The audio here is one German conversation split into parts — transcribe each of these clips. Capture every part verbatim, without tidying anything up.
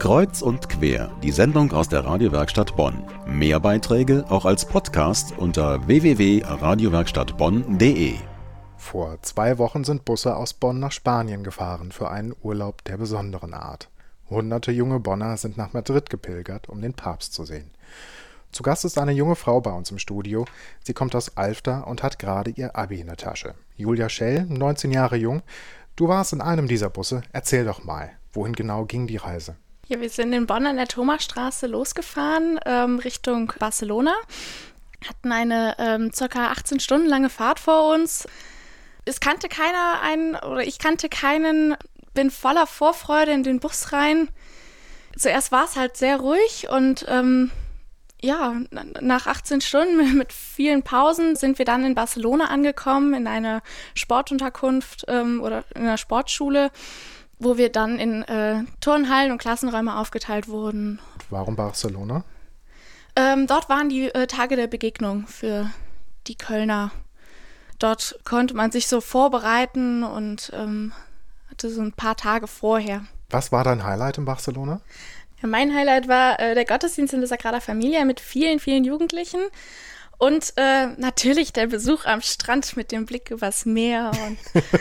Kreuz und quer, die Sendung aus der Radiowerkstatt Bonn. Mehr Beiträge auch als Podcast unter w w w punkt radiowerkstattbonn punkt d e. Vor zwei Wochen sind Busse aus Bonn nach Spanien gefahren für einen Urlaub der besonderen Art. Hunderte junge Bonner sind nach Madrid gepilgert, um den Papst zu sehen. Zu Gast ist eine junge Frau bei uns im Studio. Sie kommt aus Alfter und hat gerade ihr Abi in der Tasche. Julia Schell, neunzehn Jahre jung. Du warst in einem dieser Busse. Erzähl doch mal, wohin genau ging die Reise? Ja, wir sind in Bonn an der Thomasstraße losgefahren, ähm, Richtung Barcelona. Hatten eine ähm, circa achtzehn Stunden lange Fahrt vor uns. Es kannte keiner einen, oder ich kannte keinen, bin voller Vorfreude in den Bus rein. Zuerst war es halt sehr ruhig und ähm, ja, nach achtzehn Stunden mit vielen Pausen sind wir dann in Barcelona angekommen, in einer Sportunterkunft ähm, oder in einer Sportschule, wo wir dann in äh, Turnhallen und Klassenräume aufgeteilt wurden. Warum Barcelona? Ähm, dort waren die äh, Tage der Begegnung für die Kölner. Dort konnte man sich so vorbereiten und ähm, hatte so ein paar Tage vorher. Was war dein Highlight in Barcelona? Ja, mein Highlight war äh, der Gottesdienst in der Sagrada Familia mit vielen, vielen Jugendlichen. Und äh, natürlich der Besuch am Strand mit dem Blick übers Meer. Und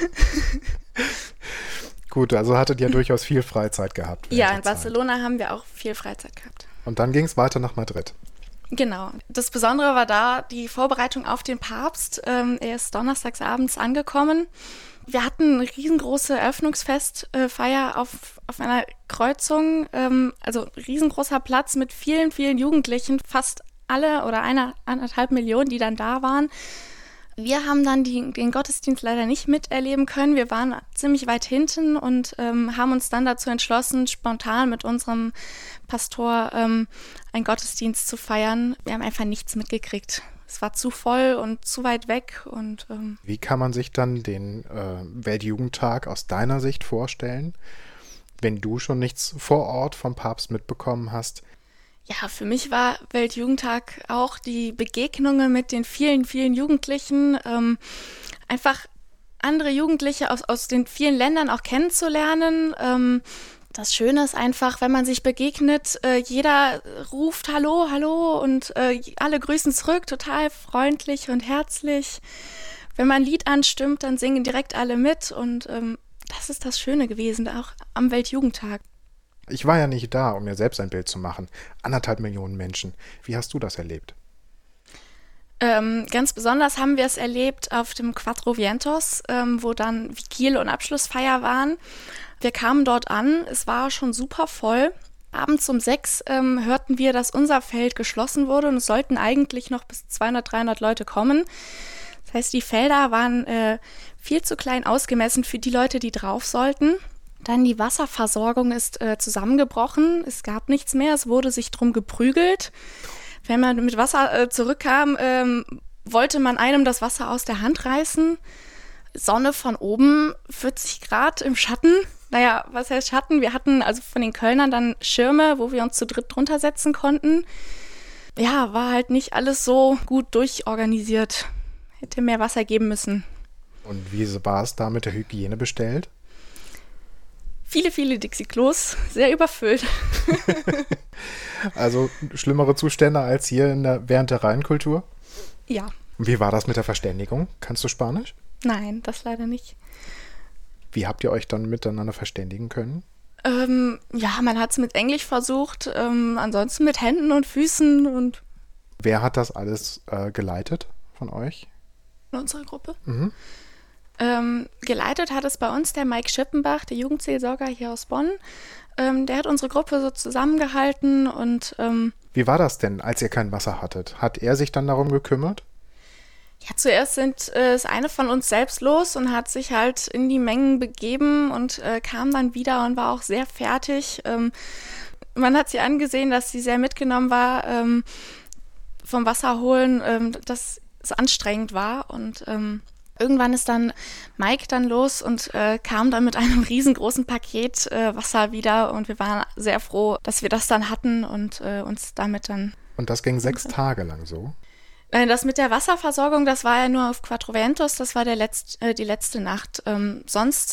Gut, also hattet ihr durchaus viel Freizeit gehabt. Ja, in Barcelona Zeit. haben wir auch viel Freizeit gehabt. Und dann ging es weiter nach Madrid. Genau. Das Besondere war da die Vorbereitung auf den Papst. Ähm, er ist donnerstags abends angekommen. Wir hatten eine riesengroße Eröffnungsfestfeier auf, auf einer Kreuzung. Ähm, also riesengroßer Platz mit vielen, vielen Jugendlichen. Fast alle oder eine, anderthalb Millionen, die dann da waren. Wir haben dann die, den Gottesdienst leider nicht miterleben können. Wir waren ziemlich weit hinten und ähm, haben uns dann dazu entschlossen, spontan mit unserem Pastor ähm, einen Gottesdienst zu feiern. Wir haben einfach nichts mitgekriegt. Es war zu voll und zu weit weg. Und ähm, Wie kann man sich dann den äh, Weltjugendtag aus deiner Sicht vorstellen, wenn du schon nichts vor Ort vom Papst mitbekommen hast? Ja, für mich war Weltjugendtag auch die Begegnungen mit den vielen, vielen Jugendlichen, ähm, einfach andere Jugendliche aus, aus den vielen Ländern auch kennenzulernen. Ähm, das Schöne ist einfach, wenn man sich begegnet, äh, jeder ruft Hallo, Hallo und äh, alle grüßen zurück, total freundlich und herzlich. Wenn man ein Lied anstimmt, dann singen direkt alle mit und ähm, das ist das Schöne gewesen, auch am Weltjugendtag. Ich war ja nicht da, um mir selbst ein Bild zu machen. Anderthalb Millionen Menschen. Wie hast du das erlebt? Ähm, ganz besonders haben wir es erlebt auf dem Cuatro Vientos, ähm, wo dann Vigil und Abschlussfeier waren. Wir kamen dort an, es war schon super voll. Abends um sechs ähm, hörten wir, dass unser Feld geschlossen wurde und es sollten eigentlich noch bis zweihundert, dreihundert Leute kommen. Das heißt, die Felder waren äh, viel zu klein ausgemessen für die Leute, die drauf sollten. Dann die Wasserversorgung ist äh, zusammengebrochen. Es gab nichts mehr. Es wurde sich drum geprügelt. Wenn man mit Wasser äh, zurückkam, ähm, wollte man einem das Wasser aus der Hand reißen. Sonne von oben, vierzig Grad im Schatten. Naja, was heißt Schatten? Wir hatten also von den Kölnern dann Schirme, wo wir uns zu dritt drunter setzen konnten. Ja, war halt nicht alles so gut durchorganisiert. Hätte mehr Wasser geben müssen. Und wie war es da mit der Hygiene bestellt? Viele, viele Dixie-Klos, sehr überfüllt. Also schlimmere Zustände als hier in der, während der Rheinkultur? Ja. Wie war das mit der Verständigung? Kannst du Spanisch? Nein, das leider nicht. Wie habt ihr euch dann miteinander verständigen können? Ähm, ja, man hat es mit Englisch versucht, ähm, ansonsten mit Händen und Füßen. Und Wer hat das alles äh, geleitet von euch? in unserer Gruppe. Mhm. Ähm, geleitet hat es bei uns der Mike Schippenbach, der Jugendseelsorger hier aus Bonn. Ähm, der hat unsere Gruppe so zusammengehalten und ähm, Wie war das denn, als ihr kein Wasser hattet? Hat er sich dann darum gekümmert? ja, zuerst sind, äh, ist eine von uns selbst los und hat sich halt in die Mengen begeben und äh, kam dann wieder und war auch sehr fertig. Ähm, man hat sie angesehen, dass sie sehr mitgenommen war ähm, vom Wasser holen, ähm, dass es anstrengend war und ähm, Irgendwann ist dann Mike dann los und äh, kam dann mit einem riesengroßen Paket äh, Wasser wieder und wir waren sehr froh, dass wir das dann hatten und äh, uns damit dann... Und das ging sechs Tage lang so? Nein, das mit der Wasserversorgung, das war ja nur auf Cuatro Vientos, das war der letzt, äh, die letzte Nacht. Ähm, sonst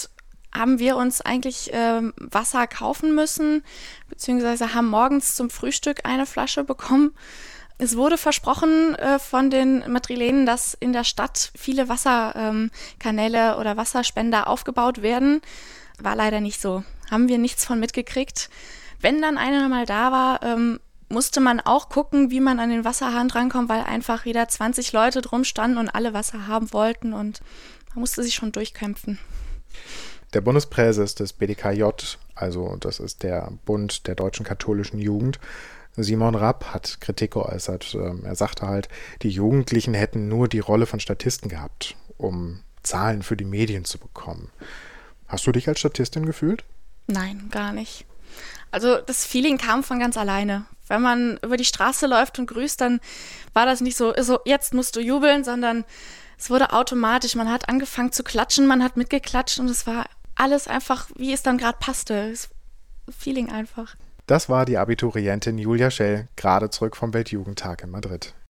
haben wir uns eigentlich ähm, Wasser kaufen müssen, beziehungsweise haben morgens zum Frühstück eine Flasche bekommen. Es wurde versprochen äh, von den Madrilenen, dass in der Stadt viele Wasserkanäle ähm, oder Wasserspender aufgebaut werden. War leider nicht so. Haben wir nichts von mitgekriegt. Wenn dann einer mal da war, ähm, musste man auch gucken, wie man an den Wasserhahn drankommt, weil einfach wieder zwanzig Leute drum standen und alle Wasser haben wollten und man musste sich schon durchkämpfen. Der Bundespräses des B D K J, also das ist der Bund der deutschen katholischen Jugend, Simon Rapp, hat Kritik geäußert. Er sagte halt, die Jugendlichen hätten nur die Rolle von Statisten gehabt, um Zahlen für die Medien zu bekommen. Hast du dich als Statistin gefühlt? Nein, gar nicht. Also das Feeling kam von ganz alleine. Wenn man über die Straße läuft und grüßt, dann war das nicht so, so jetzt musst du jubeln, sondern es wurde automatisch. Man hat angefangen zu klatschen, man hat mitgeklatscht und es war alles einfach, wie es dann gerade passte. Das Feeling einfach. Das war die Abiturientin Julia Schell, gerade zurück vom Weltjugendtag in Madrid.